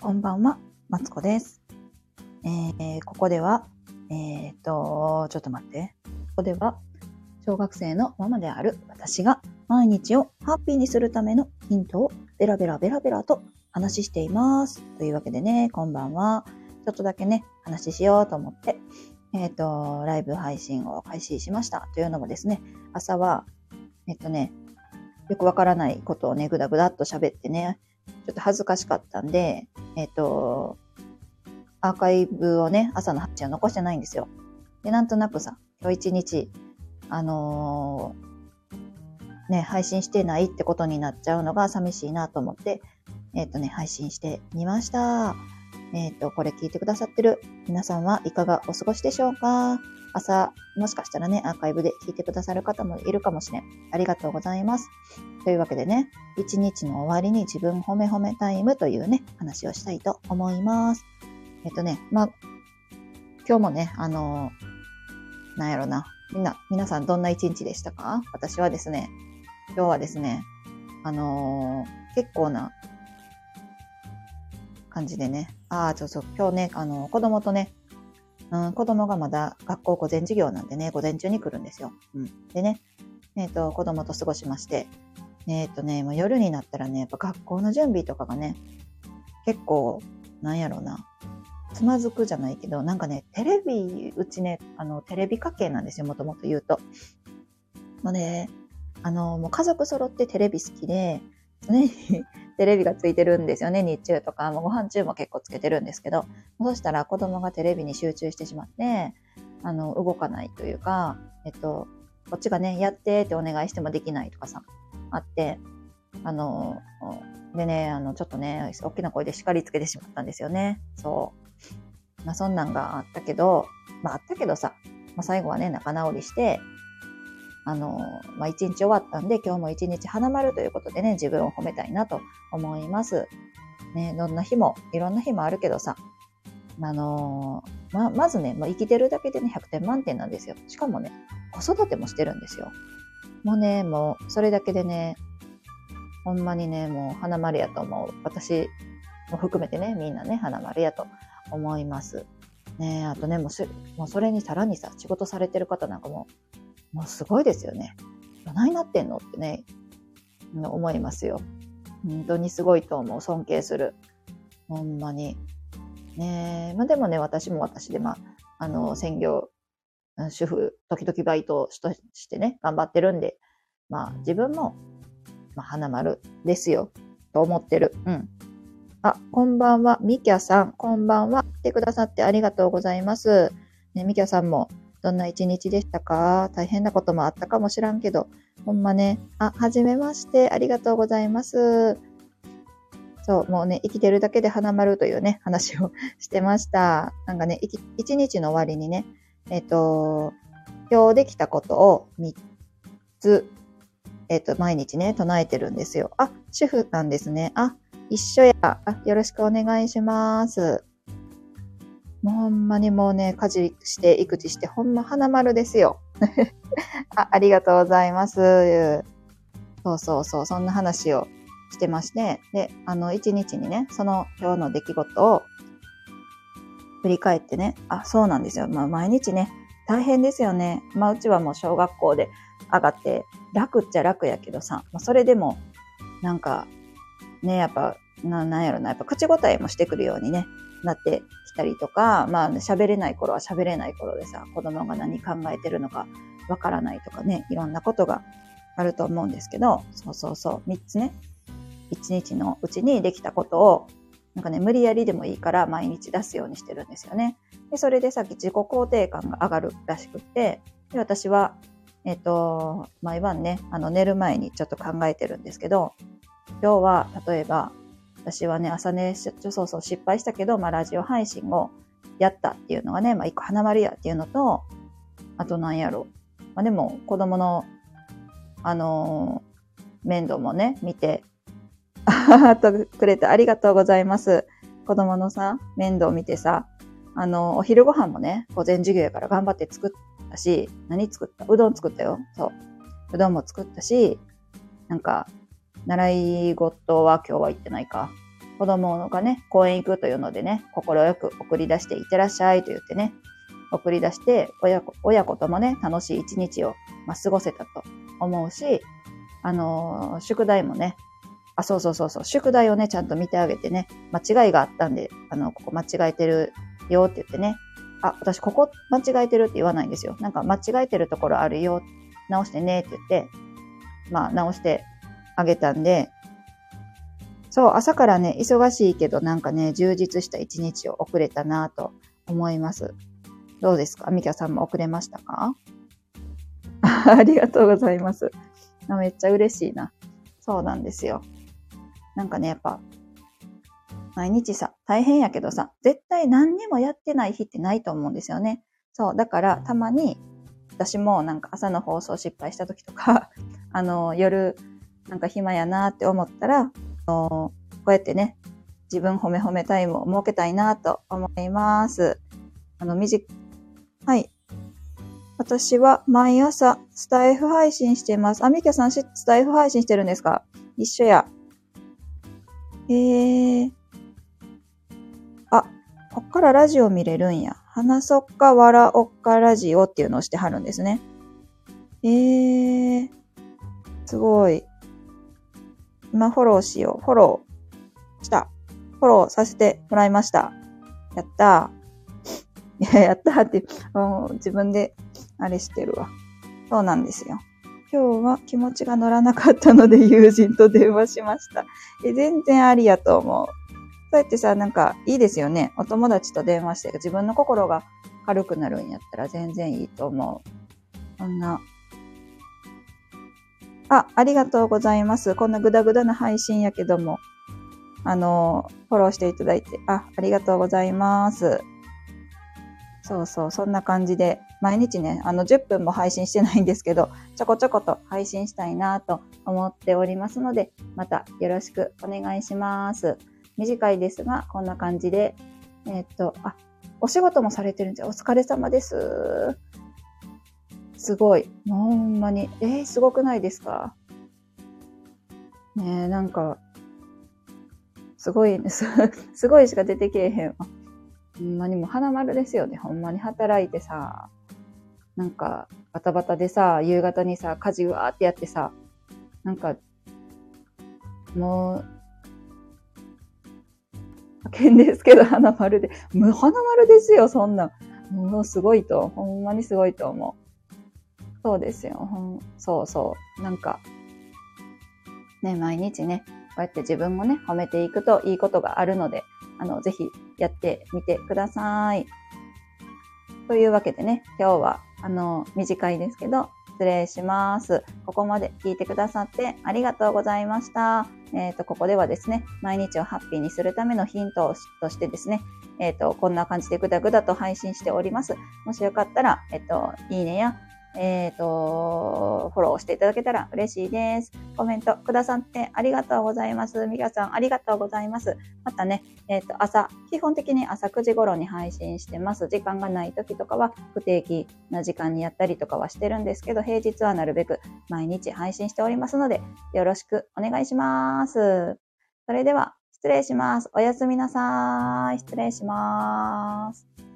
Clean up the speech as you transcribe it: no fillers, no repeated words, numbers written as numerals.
こんばんは、マツコです。ここでは、ちょっと待って。ここでは、小学生のママである私が毎日をハッピーにするためのヒントをベラベラベラベラと話しています。というわけでね、こんばんは。ちょっとだけね、話しようと思って、ライブ配信を開始しました。というのもですね、朝は、よくわからないことをね、ぐだぐだっと喋ってね、ちょっと恥ずかしかったんで、アーカイブをね、朝の配信を残してないんですよ。で、なんとなくさ、今日一日、配信してないってことになっちゃうのが寂しいなと思って、配信してみました。これ聞いてくださってる皆さんはいかがお過ごしでしょうか？朝、もしかしたらね、アーカイブで聞いてくださる方もいるかもしれん。ありがとうございます。というわけでね、一日の終わりに自分褒め褒めタイムというね、話をしたいと思います。今日もね、なんやろな。皆さんどんな一日でしたか？私はですね、今日はですね、結構な感じでね、今日ね、子供とね、子供がまだ学校午前授業なんでね、午前中に来るんですよ。でね、子供と過ごしまして、もう夜になったらね、やっぱ学校の準備とかがね、結構、なんやろうな、つまずくじゃないけど、なんかね、うちね、テレビ家系なんですよ、もともと言うと。もうね、もう家族揃ってテレビ好きで、常にテレビがついてるんですよね、日中とか、ご飯中も結構つけてるんですけど、そしたら子供がテレビに集中してしまって、動かないというか、こっちがね、やってってお願いしてもできないとかさ、あって、でね、ちょっとね、大きな声で叱りつけてしまったんですよね。そう。そんなんがあったけどさ、最後はね、仲直りして、一日終わったんで、今日も一日花丸ということでね、自分を褒めたいなと思います。ね、いろんな日もあるけどさ、まずね、もう生きてるだけでね、100点満点なんですよ。しかもね、子育てもしてるんですよ。もう、それだけでね、ほんまにね、もう花丸やと思う。私も含めてね、みんなね、花丸やと思います。ね、あとね、もうそれにさらにさ、仕事されてる方なんかもうすごいですよね。どないなってんのってね、思いますよ。本当にすごいと思う。尊敬する。ほんまに。ねでもね、私も私で、専業主婦、時々バイトとしてね、頑張ってるんで、自分も、花丸ですよ。と思ってる。こんばんは。みきゃさん。こんばんは。来てくださってありがとうございます。ね、みきゃさんも、どんな一日でしたか？大変なこともあったかもしらんけど、ほんまね。はじめまして。ありがとうございます。そう、もうね、生きてるだけで花丸というね、話をしてました。なんかね、一日の終わりにね、今日できたことを3つ、毎日ね、唱えてるんですよ。主婦なんですね。一緒や。よろしくお願いします。もうほんまにもうね、家事して、育児して、ほんま花丸ですよ。ありがとうございます。そう、そんな話をしてまして、で、一日にね、その今日の出来事を振り返ってね、そうなんですよ。毎日ね、大変ですよね。うちはもう小学校で上がって、楽っちゃ楽やけどさ、それでも、なんか、ね、やっぱ、なんやろな、やっぱ口答えもしてくるようにね、なってきたりとか、喋れない頃は喋れない頃でさ、子供が何考えてるのかわからないとかね、いろんなことがあると思うんですけど、そう、3つね、一日のうちにできたことを、なんかね、無理やりでもいいから毎日出すようにしてるんですよね。で、それでさっき自己肯定感が上がるらしくって、で、私は、毎晩ね、寝る前にちょっと考えてるんですけど、今日は、例えば、私はね、朝ね、そう失敗したけど、ラジオ配信をやったっていうのがね、一個花丸やっていうのと、あとなんやろ。でも、子供の、面倒もね、見て、とくれてありがとうございます。子供のさ、面倒見てさ、お昼ご飯もね、午前授業やから頑張って作ったし、何作った？うどん作ったよ。そう。うどんも作ったし、なんか、習い事は今日は行ってないか。 子供がね、公園行くというのでね、心よく送り出していってらっしゃいと言ってね、送り出して親子ともね、楽しい一日を、過ごせたと思うし、宿題もね、そう、宿題をね、ちゃんと見てあげてね、間違いがあったんで、ここ間違えてるよって言ってね、私ここ間違えてるって言わないんですよ。なんか間違えてるところあるよ、直してねって言って、直してあげたんで、そう、朝からね、忙しいけどなんかね、充実した一日を送れたなと思います。どうですか？ミキャさんも送れましたか？ありがとうございます。めっちゃ嬉しいな。そうなんですよ。なんかね、やっぱ、毎日さ、大変やけどさ、絶対何にもやってない日ってないと思うんですよね。そう、だからたまに、私もなんか朝の放送失敗した時とか、夜、なんか暇やなって思ったら、こうやってね、自分褒めタイムを設けたいなと思います。はい。私は毎朝スタイフ配信してます。ミキャさんスタイフ配信してるんですか？一緒や。こっからラジオ見れるんや。話そっか笑おっかラジオっていうのをしてはるんですね。すごい。今フォローしよう。フォローした。フォローさせてもらいました。やったー。やったーって、自分であれしてるわ。そうなんですよ。今日は気持ちが乗らなかったので友人と電話しました。全然ありやと思う。そうやってさ、なんかいいですよね。お友達と電話して自分の心が軽くなるんやったら全然いいと思う。そんな。ありがとうございます。こんなグダグダな配信やけども、フォローしていただいて、ありがとうございます。そう、そんな感じで、毎日ね、10分も配信してないんですけど、ちょこちょこと配信したいなと思っておりますので、またよろしくお願いします。短いですが、こんな感じで、お仕事もされてるんですよ。お疲れ様です。すごい。ほんまに。すごくないですか？ねえ、なんか、すごい、すごいしか出てけえへんわ。ほんまにもう花丸ですよね。ほんまに働いてさ、なんかバタバタでさ、夕方にさ、家事わーってやってさ、なんか、もう、変ですけど花丸で。もう花丸ですよ、そんな。もうすごいと、ほんまにすごいと思う。そうですよ。そう。なんか、ね、毎日ね、こうやって自分をね、褒めていくといいことがあるので、ぜひやってみてください。というわけでね、今日は、短いですけど、失礼します。ここまで聞いてくださってありがとうございました。ここではですね、毎日をハッピーにするためのヒントとしてですね、こんな感じでグダグダと配信しております。もしよかったら、いいねや、フォローしていただけたら嬉しいです。コメントくださってありがとうございます。みかさんありがとうございます。またね、基本的に朝9時頃に配信してます。時間がない時とかは不定期な時間にやったりとかはしてるんですけど、平日はなるべく毎日配信しておりますので、よろしくお願いします。それでは、失礼します。おやすみなさい。失礼します。